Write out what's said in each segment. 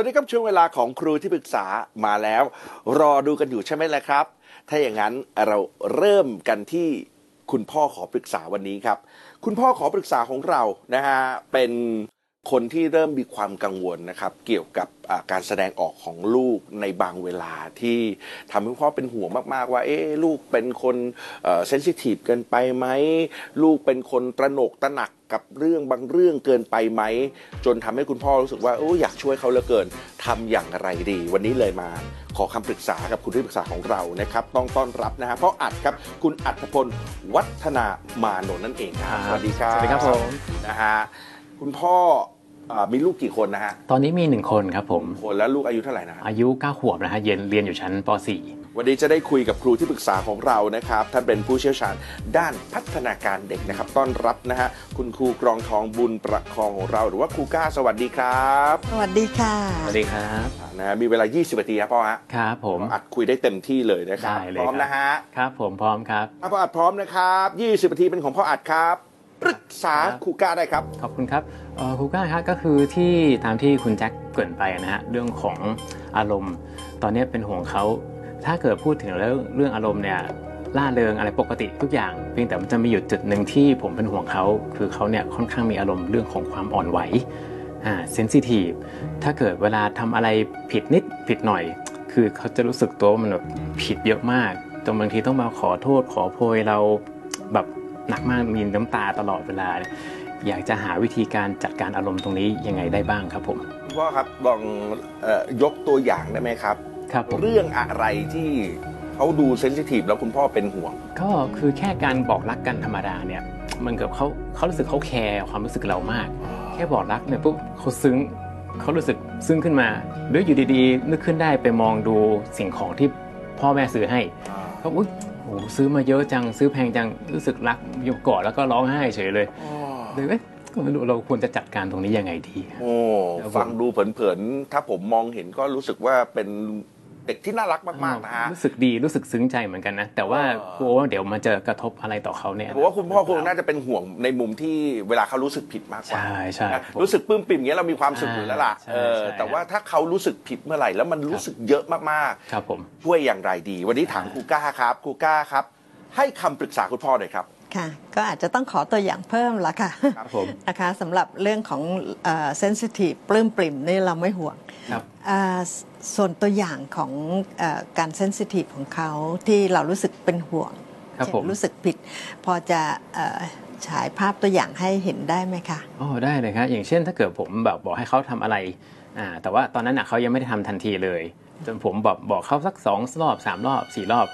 วัสดีครับช่วงเวลาของครูที่ปรึกษามาแล้วรอดูกันอยู่ใช่ไหมล่ะครับถ้าอย่างนั้นเราเริ่มกันที่คุณพ่อขอปรึกษาวันนี้ครับคุณพ่อขอปรึกษาของเรานะฮะเป็นคนที่เริ่มมีความกังวลนะครับเกี่ยวกับการแสดงออกของลูกในบางเวลาที่ทำให้พ่อเป็นห่วงมากๆว่าลูกเป็นคนเซนซิทีฟเกินไปไหมลูกเป็นคนตระหนกตระหนักกับเรื่องบางเรื่องเกินไปไหมจนทำให้คุณพ่อรู้สึกว่าอยากช่วยเขาเหลือเกินทำอย่างไรดีวันนี้เลยมาขอคำปรึกษากับคุณที่ปรึกษาของเรานะครับต้องต้อนรับนะฮะพ่ออัดครับคุณอัธพลวัฒนามานนท์นั่นเองครับสวัสดีครับสวัสดีครับผมนะฮะคุณพ่อมีลูกกี่คนนะฮะตอนนี้มี1คนครับผมคนแล้วลูกอายุเท่าไหร่นะอายุ9 ขวบนะฮะเรียนอยู่ชั้นป .4 วันนี้จะได้คุยกับครูที่ปรึกษาของเรานะครับท่านเป็นผู้เชี่ยวชาญด้านพัฒนาการเด็กนะครับต้อนรับนะฮะคุณครูกรองทองบุญประคองของเราหรือว่าครูก้าสวัสดีครับสวัสดีค่ะสวัสดีครับนะฮะมีเวลา20 นาทีครับพ่อฮะครับผมอัดคุยได้เต็มที่เลยนะครับพร้อมนะฮะครับผมพร้อมครับพ่ออัดพร้อมนะครับ20 นาทีเป็นของพ่ออัดครับปรึกษาครูก้าได้ครับขอบคุณครับครูก้าครับก็คือที่ตามที่คุณแจ็คเกริ่นไปนะฮะเรื่องของอารมณ์ตอนนี้เป็นห่วงเขาถ้าเกิดพูดถึงแล้วเรื่องอารมณ์เนี่ยล่าเริงอะไรปกติทุกอย่างเพียงแต่มันจะมีอยู่จุดหนึ่งที่ผมเป็นห่วงเขาคือเขาเนี่ยค่อนข้างมีอารมณ์เรื่องของความอ่อนไหวเซนซิทีฟถ้าเกิดเวลาทำอะไรผิดนิดผิดหน่อยคือเขาจะรู้สึกตัวว่ามันแบบผิดเยอะมากจนบางทีต้องมาขอโทษขอโพยเราแบบหนักมากมีน้ำตาตลอดเวลาอยากจะหาวิธีการจัดการอารมณ์ตรงนี้ยังไงได้บ้างครับผมคุณพ่อครับลองยกตัวอย่างได้ไหมครับครับเรื่องอะไรที่เขาดูเซนซิทีฟแล้วคุณพ่อเป็นห่วงก็คือแค่การบอกรักกันธรรมดาเนี่ยมันกับเขารู้สึกเขาแคร์ความรู้สึกเรามากแค่บอกรักเนี่ยปุ๊บเขาซึ้งเขารู้สึกซึ้งขึ้นมาด้วยอยู่ดีๆนึกขึ้นได้ไปมองดูสิ่งของที่พ่อแม่ซื้อให้เขาอุ๊ยโอ้ซื้อมาเยอะจังซื้อแพงจังรู้สึกรักยกกอดแล้วก็ร้องไห้เฉยเลยก็ไม่รู้เราควรจะจัดการตรงนี้ยังไงดีฟังดูเผินๆถ้าผมมองเห็นก็รู้สึกว่าเป็นเด็กที่น่ารักมากๆนะฮะรู้สึกดีรู้สึกซึ้งใจเหมือนกันนะแต่ว่ากลัวว่าเดี๋ยวมันจะกระทบอะไรต่อเขาเนี่ยผมว่าคุณพ่อคงน่าจะเป็นห่วงในมุมที่เวลาเขารู้สึกผิดมากกว่าใช่รู้สึกปลื้มปิ่มอย่างเงี้ยเรามีความสุขอยู่แล้วล่ะแต่ว่าถ้าเขารู้สึกผิดเมื่อไหร่แล้วมันรู้สึกเยอะมากๆครับผมช่วยอย่างไรดีวันนี้ถามครูก้าครับครูก้าครับให้คำปรึกษาคุณพ่อหน่อยครับค่ะก็อาจจะต้องขอตัวอย่างเพิ่มละค่ะครับผมนะคะสำหรับเรื่องของเซนซิทีฟปลื้มปริ่มนี่เราไม่ห่วงส่วนตัวอย่างของการเซนซิทีฟของเขาที่เรารู้สึกเป็นห่วงรู้สึกผิดพอจะฉายภาพตัวอย่างให้เห็นได้ไหมคะได้เลยครับอย่างเช่นถ้าเกิดผมแบบบอกให้เขาทำอะไรแต่ว่าตอนนั้นเขายังไม่ได้ทำทันทีเลยจนผมบอกเขาสัก2 รอบ3 รอบ4 รอบ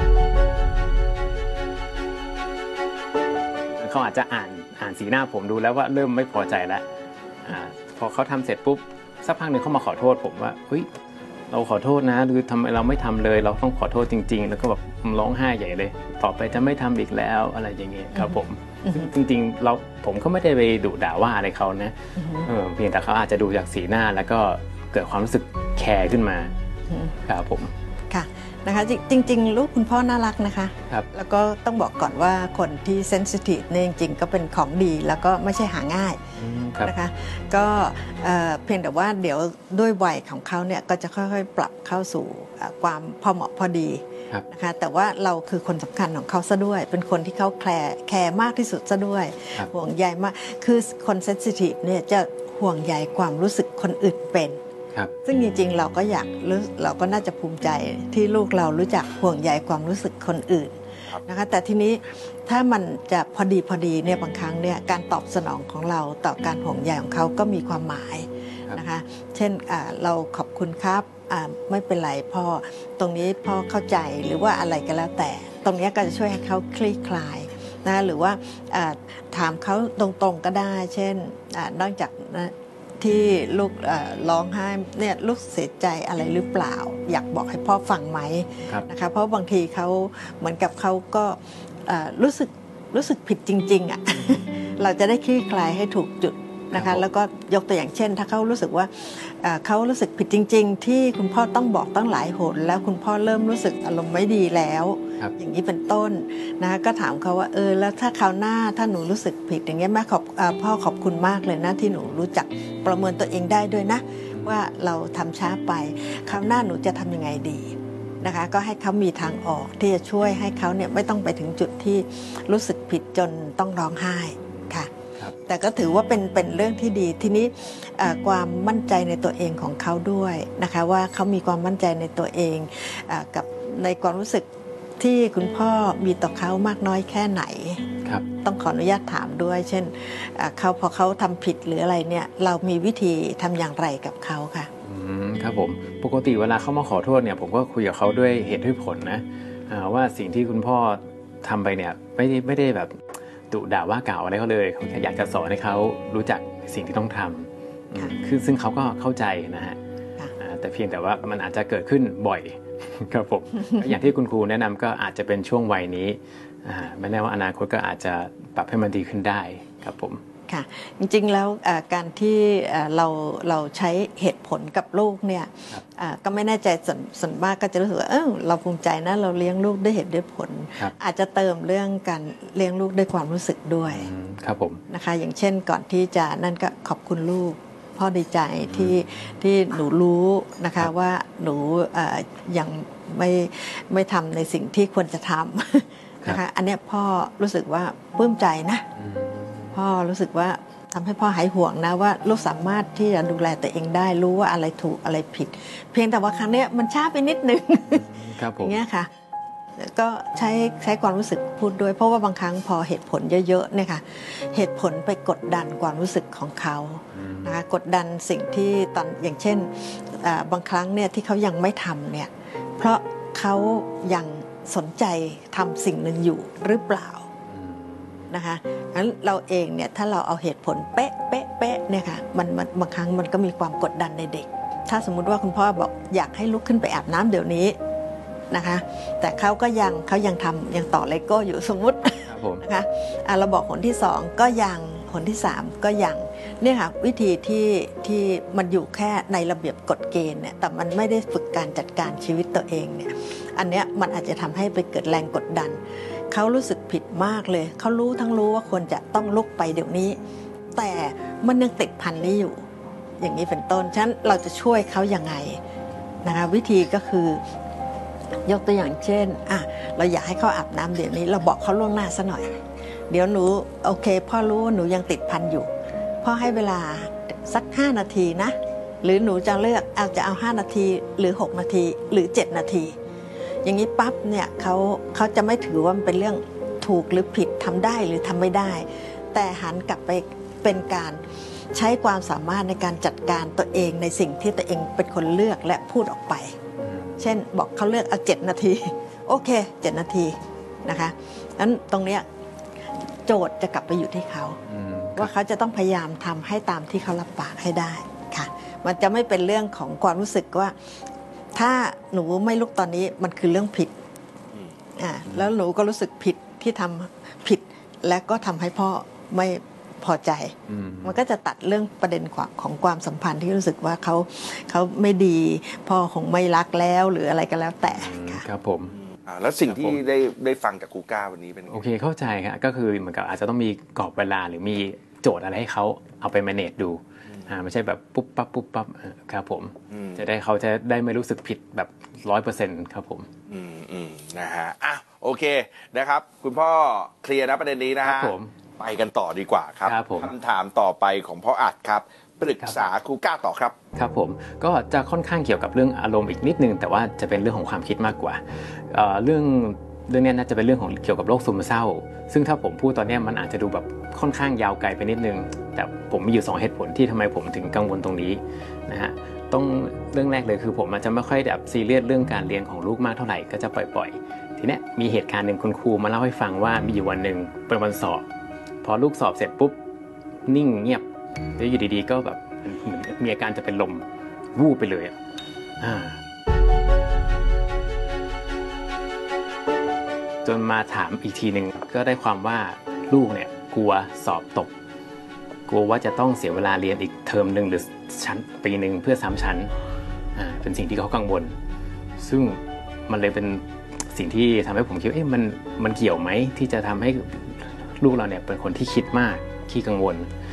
เขาอาจจะอ่านสีหน้าผมดูแล้วว่าเริ่มไม่พอใจแล้วพอเขาทำเสร็จปุ๊บสักพักหนึ่งเขามาขอโทษผมว่าเฮ้ยเราขอโทษนะหรือทำไมเราไม่ทำเลยเราต้องขอโทษจริงๆแล้วก็แบบร้องไห้ใหญ่เลยต่อไปจะไม่ทำอีกแล้วอะไรอย่างเงี้ยครับผมจริงๆผมก็ไม่ได้ไปดุด่าว่าอะไรเขานะเพียงแต่เขาอาจจะดูจากสีหน้าแล้วก็เกิดความรู้สึกแคร์ขึ้นมาครับผมค่ะนะคะจริงๆลูกคุณพ่อน่ารักนะคะแล้วก็ต้องบอกก่อนว่าคนที่เซนซิทีฟเนี่ยจริงๆก็เป็นของดีแล้วก็ไม่ใช่หาง่ายนะคะก็เพียงแต่ว่าเดี๋ยวด้วยวัยของเขาเนี่ยก็จะค่อยๆปรับเข้าสู่ความพอเหมาะพอดีนะคะแต่ว่าเราคือคนสำคัญของเขาซะด้วยเป็นคนที่เขาแคร์มากที่สุดซะด้วยห่วงใยมากคือคนเซนซิทีฟเนี่ยจะห่วงใยความรู้สึกคนอื่นเป็นซึ่งจริงๆเราก็น่าจะภูมิใจที่ลูกเรารู้จักห่วงใยความรู้สึกคนอื่นนะคะแต่ทีนี้ถ้ามันจะพอดีเนี่ยบางครั้งเนี่ยการตอบสนองของเราต่อการห่วงใยของเขาก็มีความหมายนะคะเช่นเราขอบคุณครับไม่เป็นไรพ่อตรงนี้พ่อเข้าใจหรือว่าอะไรก็แล้วแต่ตรงนี้ก็จะช่วยให้เขาคลี่คลายนะหรือว่าถามเขาตรงๆก็ได้เช่นนอกจากที่ลูกร้องไห้เนี่ยลูกเสียใจอะไรหรือเปล่าอยากบอกให้พ่อฟังไหมนะคะเพราะบางทีเขาเหมือนกับเขาก็รู้สึกผิดจริงๆอ่ะเราจะได้คลี่คลายให้ถูกจุดนะคะแล้วก็ยกตัวอย่างเช่นถ้าเขารู้สึกว่าเขารู้สึกผิดจริงๆที่คุณพ่อต้องบอกตั้งหลายหนแล้วคุณพ่อเริ่มรู้สึกอารมณ์ไม่ดีแล้วอย่างนี้เป็นต้นนะคะก็ถามเขาว่าแล้วถ้าคราวหน้าถ้าหนูรู้สึกผิดอย่างเงี้ยพ่อขอบคุณมากเลยนะที่หนูรู้จักประเมินตัวเองได้ด้วยนะว่าเราทำช้าไปคราวหน้าหนูจะทำยังไงดีนะคะก็ให้เขามีทางออกที่จะช่วยให้เขาเนี่ยไม่ต้องไปถึงจุดที่รู้สึกผิดจนต้องร้องไห้ค่ะแต่ก็ถือว่าเป็นเรื่องที่ดีทีนี้ความมั่นใจในตัวเองของเขาด้วยนะคะว่าเขามีความมั่นใจในตัวเองกับในความรู้สึกที่คุณพ่อมีต่อเขามากน้อยแค่ไหนต้องขออนุญาตถามด้วยเช่นเขาพอเขาทำผิดหรืออะไรเนี่ยเรามีวิธีทำอย่างไรกับเขาค่ะครับผมปกติเวลาเขามาขอโทษเนี่ยผมก็คุยกับเขาด้วยเหตุด้วยผลนะว่าสิ่งที่คุณพ่อทำไปเนี่ยไม่ได้แบบดุด่าว่ากล่าวอะไรเขาเลยเขาแค่อยากจะสอนให้เขารู้จักสิ่งที่ต้องทำคือซึ่งเขาก็เข้าใจนะฮะแต่เพียงแต่ว่ามันอาจจะเกิดขึ้นบ่อยครับผมอย่างที่คุณครูแนะนำก็อาจจะเป็นช่วงวัยนี้ไม่แน่ว่าอนาคตก็อาจจะปรับให้มันดีขึ้นได้ครับผมค่ะจริงๆแล้วการที่เราใช้เหตุผลกับลูกเนี่ยก็ไม่แน่ใจส่วนมากก็จะรู้สึกว่าเราภูมิใจนะเราเลี้ยงลูกด้วยเหตุด้วยผลอาจจะเติมเรื่องการเลี้ยงลูกด้วยความรู้สึกด้วยครับผมนะคะอย่างเช่นก่อนที่จะนั่นก็ขอบคุณลูกพ่อดีใจที่หนูรู้นะคะว่าหนูยังไม่ทำในสิ่งที่ควรจะทำนะคะอันนี้พ่อรู้สึกว่าปลื้มใจนะพ่อรู้สึกว่าทำให้พ่อหายห่วงนะว่าลูกสามารถที่จะดูแลตัวเองได้รู้ว่าอะไรถูกอะไรผิดเพียงแต่ว่าครั้งนี้มันช้าไปนิดนึงอย่างเงี้ยค่ะก็ใช้ความรู้สึกพูดด้วยเพราะว่าบางครั้งพอเหตุผลเยอะๆเนี่ยค่ะเหตุผลไปกดดันความรู้สึกของเขานะคะกดดันสิ่งที่ตอนอย่างเช่นบางครั้งเนี่ยที่เขายังไม่ทำเนี่ยเพราะเขายังสนใจทำสิ่งหนึ่งอยู่หรือเปล่านะคะงั้นเราเองเนี่ยถ้าเราเอาเหตุผลเป๊ะเนี่ยค่ะมันบางครั้งมันก็มีความกดดันในเด็กถ้าสมมุติว่าคุณพ่อบอกอยากให้ลุกขึ้นไปอาบน้ำเดี๋ยวนี้นะคะแต่เขายังทำยังต่อเลโก้อยู่สมมุตินะคะเราบอกหนที่2ก็ยังหนที่3ก็ยังเนี่ยค่ะวิธีที่มันอยู่แค่ในระเบียบกฎเกณฑ์เนี่ยแต่มันไม่ได้ฝึกการจัดการชีวิตตัวเองเนี่ยอันเนี้ยมันอาจจะทำให้ไปเกิดแรงกดดันเขารู้สึกผิดมากเลยเขารู้ว่าควรจะต้องลุกไปเดี๋ยวนี้แต่มันยังติดพันนี้อยู่อย่างนี้เป็นต้นฉะนั้นเราจะช่วยเขายังไงนะคะวิธีก็คือยกตัวอย่างเช่นเราอยากให้เขาอาบน้ำเดี๋ยวนี้เราบอกเขาล่วงหน้าซะหน่อยเดี๋ยวหนูโอเคพ่อรู้ว่าหนูยังติดพันอยู่พ่อให้เวลาสัก5นาทีนะหรือหนูจะเลือกจะเอา5นาทีหรือ6นาทีหรือ7นาทีอย่างนี้ปั๊บเนี่ยเขาจะไม่ถือว่ามันเป็นเรื่องถูกหรือผิดทำได้หรือทำไม่ได้แต่หันกลับไปเป็นการใช้ความสามารถในการจัดการตัวเองในสิ่งที่ตัวเองเป็นคนเลือกและพูดออกไปเช่นบอกเขาเลือกเอา7นาทีโอเค7นาทีนะคะงั้นตรงเนี้ยโจทย์จะกลับไปอยู่ที่เขาว่าเขาจะต้องพยายามทำให้ตามที่เขารับปากให้ได้ค่ะมันจะไม่เป็นเรื่องของความรู้สึกว่าถ้าหนูไม่ลุกตอนนี้มันคือเรื่องผิดแล้วหนูก็รู้สึกผิดที่ทำผิดและก็ทำให้พ่อไม่พอใจมันก็จะตัดเรื่องประเด็นของความสัมพันธ์ที่รู้สึกว่าเขาไม่ดีพ่อคงไม่รักแล้วหรืออะไรก็แล้วแต่ครับผมแล้วสิ่งที่ได้ฟังจากครูก้าวันนี้เป็นโอเคเข้าใจครับก็คือเหมือนกับอาจจะต้องมีกรอบเวลาหรือมีโจทย์อะไรให้เขาเอาไป manage ดูไม่ใช่แบบปุ๊บปั๊บครับผมเขาจะได้ไม่รู้สึกผิดแบบ 100% ครับผมนะฮะโอเคนะครับคุณพ่อเคลียร์นะประเด็นนี้นะฮะไปกันต่อดีกว่าครับคำถามต่อไปของพ่ออัดครับปรึกษาครูก้าต่อครับครับผมก็จะค่อนข้างเกี่ยวกับเรื่องอารมณ์อีกนิดนึงแต่ว่าจะเป็นเรื่องของความคิดมากกว่าเรื่องนี้น่าจะเป็นเรื่องของเกี่ยวกับโรคซึมเศร้าซึ่งถ้าผมพูดตอนนี้มันอาจจะดูแบบค่อนข้างยาวไกลไปนิดนึงแต่ผมมีอยู่2เหตุผลที่ทำไมผมถึงกังวลตรงนี้นะฮะต้องเรื่องแรกเลยคือผมอาจจะไม่ค่อยแบบซีเรียสเรื่องการเรียนของลูกมากเท่าไหร่ก็จะปล่อยทีนี้มีเหตุการณ์หนึ่งคุณครูมาเล่าให้ฟังว่ามีอยู่วันหนึ่งเป็นวันสอบพอลูกสอบเสร็จปุ๊บนิ่งเงียบแล้วอยู่ดีๆก็แบบเหมือนมีอาการจะเป็นลมวูบไปเลยจนมาถามอีกทีหนึ่งก็ได้ความว่าลูกเนี่ยกลัวสอบตกกลัวว่าจะต้องเสียเวลาเรียนอีกเทอมหนึ่งหรือชั้นปีหนึ่งเพื่อซ้ำชั้นเป็นสิ่งที่เขากังวลซึ่งมันเลยเป็นสิ่งที่ทำให้ผมคิดว่ามันเกี่ยวไหมที่จะทำให้ลูกเราเนี่ยเป็นคนที่คิดมากขี้กังวล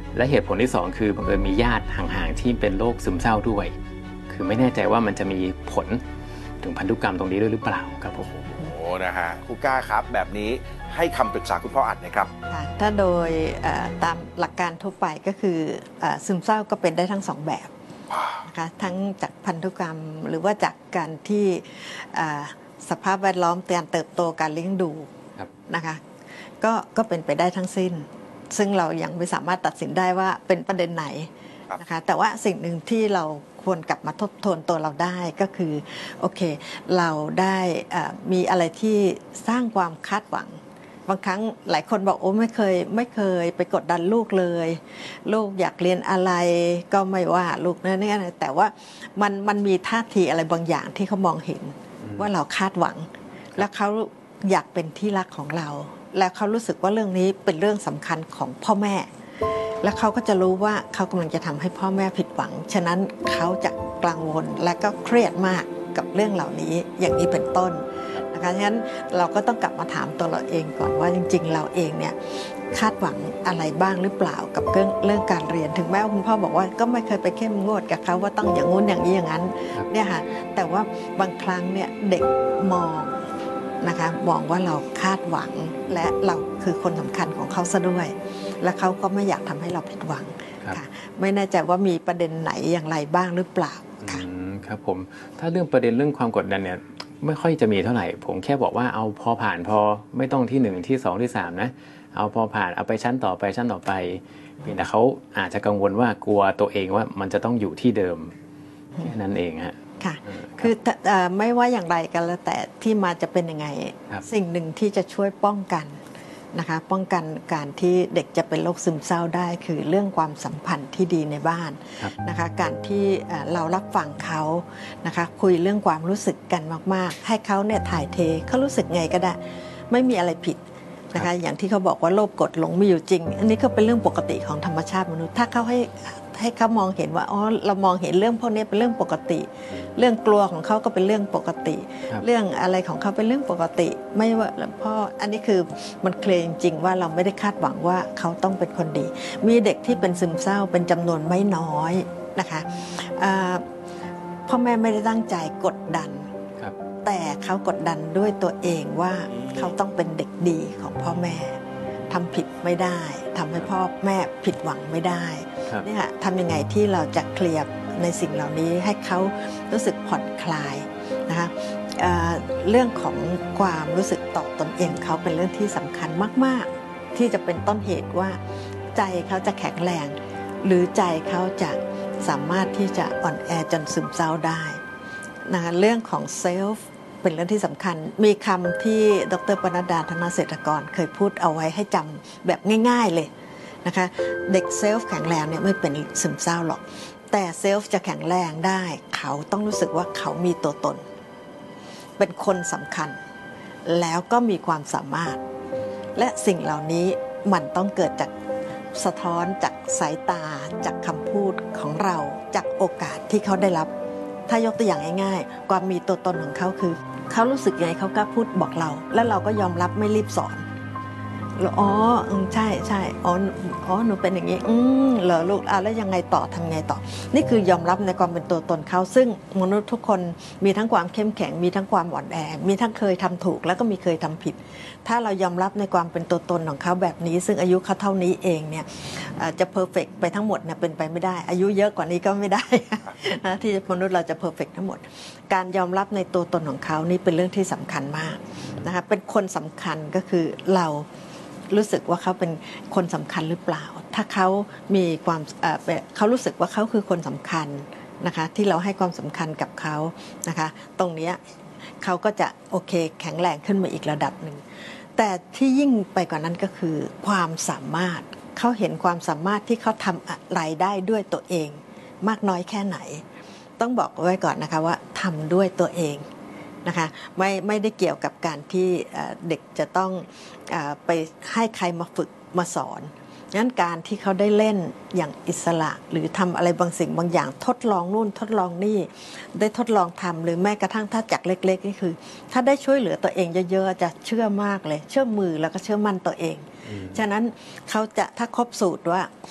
และเหตุผลที่2คือบังเอิญมีญาติห่างๆที่เป็นโรคซึมเศร้าด้วยคือไม่แน่ใจว่ามันจะมีผลถึงพันธุกรรมตรงนี้ด้วยหรือเปล่าครับผมโอ้นะฮะครูก้าครับแบบนี้ให้คำปรึกษาคุณพ่ออัดนะครับถ้าโดยตามหลักการทั่วไปก็คือซึมเศร้าก็เป็นได้ทั้ง2แบบนะคะทั้งจากพันธุกรรมหรือว่าจากการที่สภาพแวดล้อมการเติบโตการเลี้ยงดูนะคะก็เป็นไปได้ทั้งสิ้นซึ่งเรายังไม่สามารถตัดสินได้ว่าเป็นประเด็นไหนนะคะแต่ว่าสิ่งหนึ่งที่เราควรกลับมาทบทวนตัวเราได้ก็คือโอเคเราได้มีอะไรที่สร้างความคาดหวังบางครั้งหลายคนบอกโอ้ไม่เคยไปกดดันลูกเลยลูกอยากเรียนอะไรก็ไม่ว่าลูกนั่นนี่แต่ว่ามันมีท่าทีอะไรบางอย่างที่เขามองเห็นว่าเราคาดหวังแล้วเขาอยากเป็นที่รักของเราแล้วเขารู้สึกว่าเรื่องนี้เป็นเรื่องสำคัญของพ่อแม่แล้วเขาก็จะรู้ว่าเขากำลังจะทำให้พ่อแม่ผิดหวังฉะนั้นเขาจะกังวลและก็เครียดมากกับเรื่องเหล่านี้อย่างนี้เป็นต้นนะคะฉะนั้นเราก็ต้องกลับมาถามตัวเราเองก่อนว่าจริงๆเราเองเนี่ยคาดหวังอะไรบ้างหรือเปล่ากับเรื่องการเรียนถึงแม้ว่าคุณพ่อบอกว่าก็ไม่เคยไปเข้มงวดกับเขาว่าต้องอย่างงู้นอย่างนี้อย่างนั้นเนี่ยค่ะแต่ว่าบางครั้งเนี่ยเด็กมองนะคะมองว่าเราคาดหวังและเราคือคนสำคัญของเขาซะด้วยและเขาก็ไม่อยากทำให้เราผิดหวังค่ะไม่แน่ใจว่ามีประเด็นไหนอย่างไรบ้างหรือเปล่าค่ะครับผมถ้าเรื่องประเด็นเรื่องความกดดันเนี่ยไม่ค่อยจะมีเท่าไหร่ผมแค่บอกว่าเอาพอผ่านพอไม่ต้องที่1ที่2ที่3นะเอาพอผ่านเอาไปชั้นต่อไปเพียงแต่เขาอาจจะกังวลว่ากลัวตัวเองว่ามันจะต้องอยู่ที่เดิมแค่นั้นเองฮะค่ะคือไม่ว่าอย่างไรกันแล้วแต่ที่มาจะเป็นยังไงสิ่งหนึ่งที่จะช่วยป้องกันนะคะป้องกันการที่เด็กจะเป็นโรคซึมเศร้าได้คือเรื่องความสัมพันธ์ที่ดีในบ้านนะคะการที่เรารับฟังเขานะคะคุยเรื่องความรู้สึกกันมากๆให้เขาเนี่ยถ่ายเทเขารู้สึกไงก็ได้ไม่มีอะไรผิดนะคะอย่างที่เขาบอกว่าโลภกดหลงมีอยู่จริงอันนี้ก็เป็นเรื่องปกติของธรรมชาติมนุษย์ถ้าเขาให้เขามองเห็นว่าอ๋อเรามองเห็นเรื่องพวกนี้เป็นเรื่องปกติเรื่องกลัวของเขาก็เป็นเรื่องปกติเรื่องอะไรของเขาเป็นเรื่องปกติไม่ว่าเพราะอันนี้คือมันเคลียร์จริงๆว่าเราไม่ได้คาดหวังว่าเขาต้องเป็นคนดีมีเด็กที่เป็นซึมเศร้าเป็นจำนวนไม่น้อยนะคะพ่อแม่ไม่ได้ตั้งใจกดดันแต่เขากดดันด้วยตัวเองว่าเขาต้องเป็นเด็กดีของพ่อแม่ทำผิดไม่ได้ทำให้พ่อแม่ผิดหวังไม่ได้นี่ค่ะทำยังไงที่เราจะเคลียร์ในสิ่งเหล่านี้ให้เขารู้สึกผ่อนคลายนะคะเรื่องของความรู้สึกต่อตนเองเขาเป็นเรื่องที่สำคัญมากๆที่จะเป็นต้นเหตุว่าใจเขาจะแข็งแรงหรือใจเขาจะสามารถที่จะอ่อนแอจนซึมเศร้าได้นะคะเรื่องของเซลฟ์เป็นเรื่องที่สำคัญมีคำที่ดร.ปนัดดา ธนเศรษฐกรเคยพูดเอาไว้ให้จำแบบง่ายๆเลยนะคะเด็กเซลฟ์แข็งแรงเนี่ยไม่เป็นซึมเศร้าหรอกแต่เซลฟ์จะแข็งแรงได้เขาต้องรู้สึกว่าเขามีตัวตนเป็นคนสำคัญแล้วก็มีความสามารถและสิ่งเหล่านี้มันต้องเกิดจากสะท้อนจากสายตาจากคำพูดของเราจากโอกาสที่เขาได้รับถ้ายกตัวอย่างง่ายๆความมีตัวตนของเขาคือเขารู้สึกยังไงเขากล้าพูดบอกเราแล้วเราก็ยอมรับไม่รีบสอนอ๋อใช่ใช่อ๋อหนูเป็นอย่างนี้เหรอลูกแล้วยังไงต่อทำไงต่อนี่คือยอมรับในความเป็นตัวตนเขาซึ่งมนุษย์ทุกคนมีทั้งความเข้มแข็งมีทั้งความอ่อนแอมีทั้งเคยทำถูกแล้วก็มีเคยทำผิดถ้าเรายอมรับในความเป็นตัวตนของเขาแบบนี้ซึ่งอายุเขาเท่านี้เองเนี่ยจะเพอร์เฟกต์ไปทั้งหมดเนี่ยเป็นไปไม่ได้อายุเยอะกว่านี้ก็ไม่ได้นะที่มนุษย์เราจะเพอร์เฟกต์ทั้งหมดการยอมรับในตัวตนของเขานี่เป็นเรื่องที่สำคัญมากนะคะเป็นคนสำคัญก็คือเรารู้สึกว่าเขาเป็นคนสำคัญหรือเปล่าถ้าเขามีความเขารู้สึกว่าเขาคือคนสำคัญนะคะที่เราให้ความสำคัญกับเขานะคะตรงนี้เขาก็จะโอเคแข็งแรงขึ้นมาอีกระดับหนึ่งแต่ที่ยิ่งไปกว่านั้นก็คือความสามารถเขาเห็นความสามารถที่เขาทำอะไรได้ด้วยตัวเองมากน้อยแค่ไหนต้องบอกไว้ก่อนนะคะว่าทำด้วยตัวเองนะคะไม่ได้เกี่ยวกับการที่เด็กจะต้องไปให้ใครมาฝึกมาสอนงั้นการที่เขาได้เล่นอย่างอิสระหรือทำอะไรบางสิ่งบางอย่างทดลองนู่นทดลองนี่ได้ทดลองทำหรือแม้กระทั่งถ้าจากเล็กๆนี่คือถ้าได้ช่วยเหลือตัวเองเยอะๆจะเชื่อมากเลยเชื่อมือแล้วก็เชื่อมั่นตัวเองฉะนั้นเขาจะถ้าครบสูตรว่า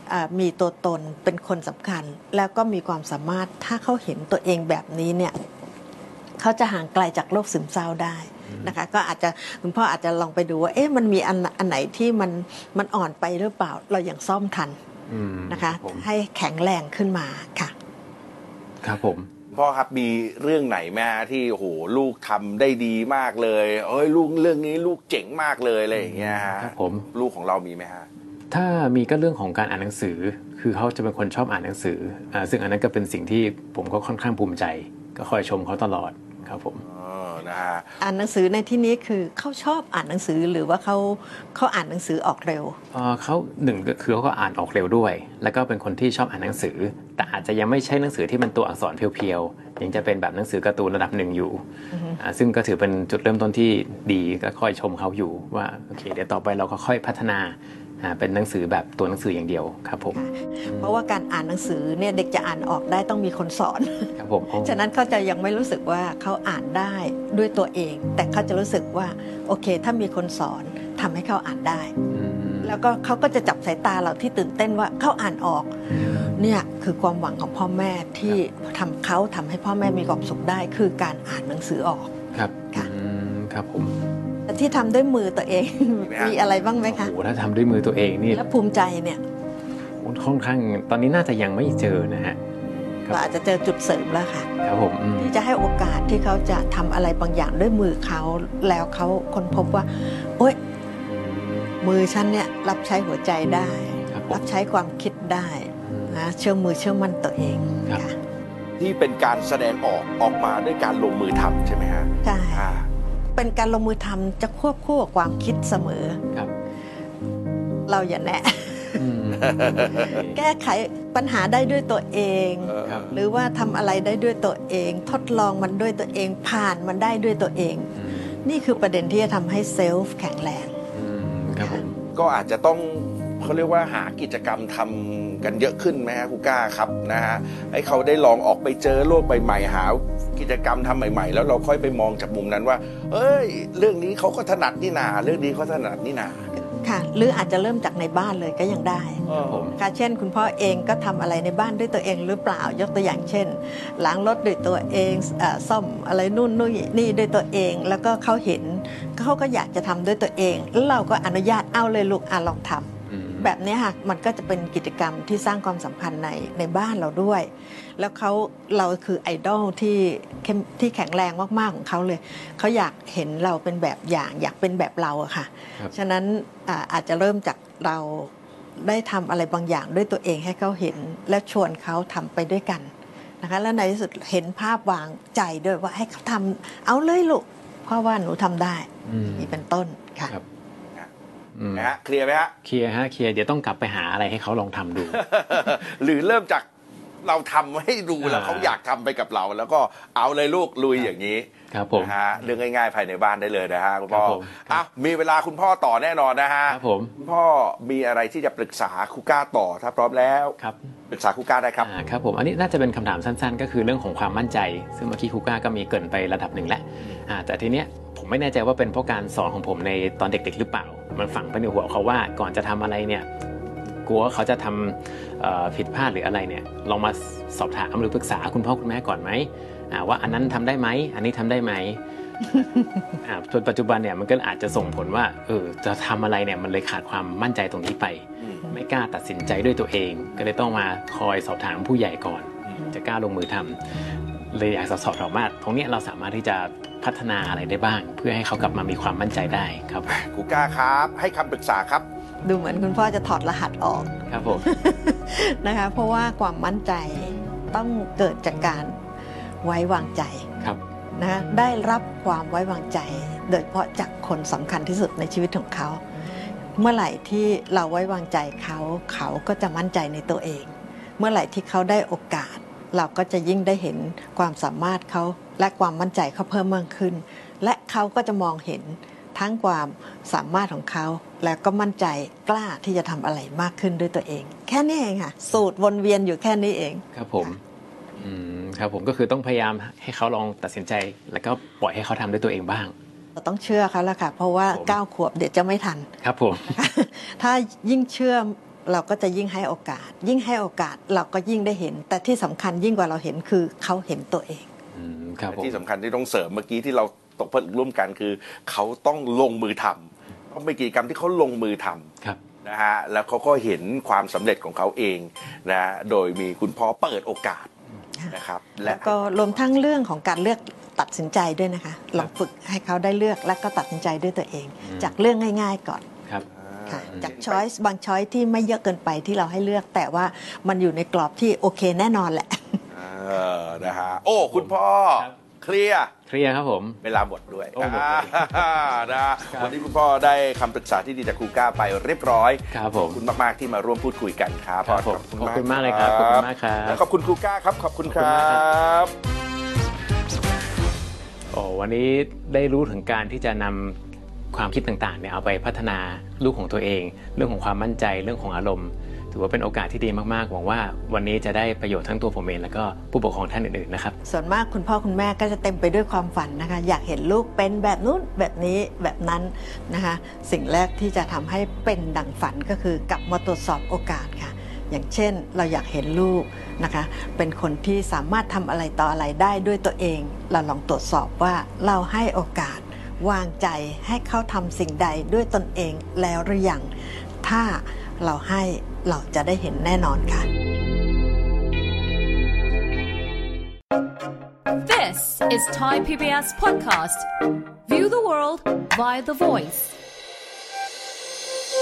มีตัวตนเป็นคนสำคัญ แล้วก็มีความสามารถถ้าเขาเห็นตัวเองแบบนี้เนี่ยเขาจะห่างไกลจากโรคซึมเศร้าได้นะคะก็อาจจะคุณพ่ออาจจะลองไปดูว่ามันมีอันไหนที่มันอ่อนไปหรือเปล่าเรายังซ่อมทันนะคะให้แข็งแรงขึ้นมาค่ะครับผมพ่อครับมีเรื่องไหนแม่ที่โอ้โหลูกทำได้ดีมากเลยลูกเรื่องนี้ลูกเจ๋งมากเลยอะไรอย่างเงี้ยฮะครับผมลูกของเรามีไหมฮะถ้ามีก็เรื่องของการอ่านหนังสือคือเขาจะเป็นคนชอบอ่านหนังสือซึ่งอันนั้นก็เป็นสิ่งที่ผมก็ค่อนข้างภูมิใจก็คอยชมเขาตลอดครับผมอ่านหนังสือในที่นี้คือเขาชอบอ่านหนังสือหรือว่าเขาอ่านหนังสือออกเร็วเขาหนึ่งก็คือเขาก็อ่านออกเร็วด้วยแล้วก็เป็นคนที่ชอบอ่านหนังสือแต่อาจจะยังไม่ใช่หนังสือที่มันตัวอักษรเพียวๆยังจะเป็นแบบหนังสือการ์ตูนระดับหนึ่งอยู่ซึ่งก็ถือเป็นจุดเริ่มต้นที่ดีก็ค่อยชมเขาอยู่ว่าโอเคเดี๋ยวต่อไปเราก็ค่อยพัฒนาเป็นหนังสือแบบตัวหนังสืออย่างเดียวครับผมเพราะว่าการอ่านหนังสือเนี่ยเด็กจะอ่านออกได้ต้องมีคนสอนครับผมฉะนั้นเขาจะยังไม่รู้สึกว่าเขาอ่านได้ด้วยตัวเองแต่เขาจะรู้สึกว่าโอเคถ้ามีคนสอนทำให้เขาอ่านได้แล้วก็เขาก็จะจับสายตาเราที่ตื่นเต้นว่าเขาอ่านออกเนี่ยคือความหวังของพ่อแม่ที่ทำให้พ่อแม่มีความสุขได้คือการอ่านหนังสือออกครับค่ะครับผมที่ทำด้วยมือตัวเองมีอะไรบ้างไหมคะโอ้ถ้าทำด้วยมือตัวเองนี่แล้วภูมิใจเนี่ยค่อนข้างตอนนี้น่าจะยังไม่เจอนะฮะเราอาจจะเจอจุดเสริมแล้วค่ะครับผมที่จะให้โอกาสที่เขาจะทำอะไรบางอย่างด้วยมือเขาแล้วเขาค้นพบว่าโอ๊ยมือฉันเนี่ยรับใช้หัวใจได้รับใช้ความคิดได้นะเชื่อมั่นตัวเองค่ะที่เป็นการแสดงออกมาด้วยการลงมือทำใช่ไหมฮะใช่เป็นการลงมือทำจะควบคู่กับความคิดเสมอครับเราอย่าแนะแก้ไขปัญหาได้ด้วยตัวเองหรือว่าทำอะไรได้ด้วยตัวเองทดลองมันด้วยตัวเองผ่านมันได้ด้วยตัวเองนี่คือประเด็นที่จะทำให้เซลฟ์แข็งแรงครับผมก็อาจจะต้องเขาเรียกว่าหากิจกรรมทำกันเยอะขึ้นไหมฮะครูก้าครับนะฮะให้เขาได้ลองออกไปเจอโลกใหม่ๆหากิจกรรมทำใหม่ๆแล้วเราค่อยไปมองจากมุมนั้นว่าเรื่องนี้เขาก็ถนัดนี่นาเรื่องนี้เขาถนัดนี่นาค่ะหรืออาจจะเริ่มจากในบ้านเลยก็ยังได้ค่ะเช่นคุณพ่อเองก็ทำอะไรในบ้านด้วยตัวเองหรือเปล่ายกตัวอย่างเช่นล้างรถด้วยตัวเองซ่อมอะไรนู่นนี่ด้วยตัวเองแล้วก็เขาเห็นเขาก็อยากจะทำด้วยตัวเองแล้วเราก็อนุญาตเอาเลยลูกลองทำแบบนี้ค่ะมันก็จะเป็นกิจกรรมที่สร้างความสัมพันธ์ในบ้านเราด้วยแล้วเราคือไอดอลที่แข็งแรงมากๆของเขาเลยเขาอยากเห็นเราเป็นแบบอย่างอยากเป็นแบบเราอะค่ะฉะนั้นอาจจะเริ่มจากเราได้ทำอะไรบางอย่างด้วยตัวเองให้เขาเห็นและชวนเขาทำไปด้วยกันนะคะแล้วในที่สุดเห็นภาพวางใจด้วยว่าให้เขาทำเอาเลยลูกเพราะว่าหนูทำได้นี่เป็นต้นค่ะนะฮะเคลียร์ไหมฮะเคลียร์เดี๋ยวต้องกลับไปหาอะไรให้เขาลองทำดูหรือเริ่มจากเราทำให้ดูแล้วเขาอยากทำไปกับเราแล้วก็เอาเลยลูกลุยอย่างนี้ครับผมนะฮะเรื่องง่ายๆภายในบ้านได้เลยนะฮะคุณพ่อมีเวลาคุณพ่อต่อแน่นอนนะฮะครับผมคุณพ่อมีอะไรที่จะปรึกษาครูก้าต่อถ้าพร้อมแล้วครับปรึกษาครูก้าได้ครับครับผมอันนี้น่าจะเป็นคำถามสั้นๆก็คือเรื่องของความมั่นใจซึ่งเมื่อกี้ครูก้าก็มีเกริ่นไประดับหนึ่งแล้วแต่ทีเนี้ยผมไม่แน่ใจว่าเป็นเพราะการสอนของผมในตอนเด็กๆหรือเปล่ามันฝังไปในหัวเขาว่าก่อนจะทำอะไรเนี่ยกลัวเขาจะทำผิดพลาดหรืออะไรเนี่ยลองมาสอบถามหรือปรึกษาคุณพ่อคุณแม่ก่อนไหมว่าอันนั้นทำได้ไหมอันนี้ทำได้ไหมจนปัจจุบันเนี่ยมันก็อาจจะส่งผลว่าจะทำอะไรเนี่ยมันเลยขาดความมั่นใจตรงนี้ไปไม่กล้าตัดสินใจด้วยตัวเองก็เลยต้องมาคอยสอบถามผู้ใหญ่ก่อนจะกล้าลงมือทำเลยอยากสอบถามว่าตรงนี้เราสามารถที่จะพัฒนาอะไรได้บ้างเพื่อให้เขากลับมามีความมั่นใจได้ครับครูก้าครับให้คำปรึกษาครับดูเหมือนคุณพ่อจะถอดรหัสออกครับผมนะคะเพราะว่าความมั่นใจต้องเกิดจากการไว้วางใจครับนะได้รับความไว้วางใจโดยเฉพาะจากคนสำคัญที่สุดในชีวิตของเขาเมื่อไหร่ที่เราไว้วางใจเขาก็จะมั่นใจในตัวเองเมื่อไหร่ที่เขาได้โอกาสเราก็จะยิ่งได้เห็นความสามารถเขาและความมั่นใจเขาเพิ่มมากขึ้นและเขาก็จะมองเห็นทั้งความสามารถของเขาแล้วก็มั่นใจกล้าที่จะทำอะไรมากขึ้นด้วยตัวเองแค่นี้เองค่ะสูตรวนเวียนอยู่แค่นี้เองครับผมครับผมก็คือต้องพยายามให้เขาลองตัดสินใจแล้วก็ปล่อยให้เขาทำด้วยตัวเองบ้างเราต้องเชื่อเขาแล้วค่ะเพราะว่า9 ขวบเดี๋ยวจะไม่ทันครับผมถ้ายิ่งเชื่อเราก็จะยิ่งให้โอกาสเราก็ยิ่งได้เห็นแต่ที่สำคัญยิ่งกว่าเราเห็นคือเขาเห็นตัวเองที่สำคัญที่ต้องเสริมเมื่อกี้ที่เราตกผลึกร่วมกันคือเขาต้องลงมือทำต้องเป็นกิจกรรมที่เขาลงมือทำนะฮะแล้วเขาก็เห็นความสำเร็จของเขาเองนะโดยมีคุณพ่อเปิดโอกาสนะครับและก็รวมทั้งเรื่องของการเลือกตัดสินใจด้วยนะคะลองฝึกให้เขาได้เลือกและก็ตัดสินใจด้วยตัวเองจากเรื่องง่ายๆก่อนจากช้อยส์บางช้อยที่ไม่เยอะเกินไปที่เราให้เลือกแต่ว่ามันอยู่ในกรอบที่โอเคแน่นอนแหละนะฮะโอ้คุณพ่อเคลียร์ครับผมเวลาหมดด้วยนะวันนี้คุณพ่อได้คำปรึกษาที่ดีจากครูก้าไปเรียบร้อยครับผมขอบคุณมากๆที่มาร่วมพูดคุยกันครับขอบคุณมากเลยครับขอบคุณมากครับและขอบคุณครูก้าครับขอบคุณครับวันนี้ได้รู้ถึงการที่จะนำความคิดต่างๆเนี่ยเอาไปพัฒนาลูกของตัวเองเรื่องของความมั่นใจเรื่องของอารมณ์ถือว่าเป็นโอกาสที่ดีมากๆหวังว่าวันนี้จะได้ประโยชน์ทั้งตัวผมเองแล้วก็ผู้ปกครองท่านอื่นๆนะครับส่วนมากคุณพ่อคุณแม่ก็จะเต็มไปด้วยความฝันนะคะอยากเห็นลูกเป็นแบบนู้นแบบนี้แบบนั้นนะคะสิ่งแรกที่จะทำให้เป็นดั่งฝันก็คือกลับมาตรวจสอบโอกาสค่ะอย่างเช่นเราอยากเห็นลูกนะคะเป็นคนที่สามารถทำอะไรต่ออะไรได้ด้วยตัวเองเราลองตรวจสอบว่าเราให้โอกาสวางใจให้เขาทำสิ่งใดด้วยตนเองแล้วหรือยังถ้าเราให้เราจะได้เห็นแน่นอนค่ะ This is Thai PBS podcast. View the world via The Voice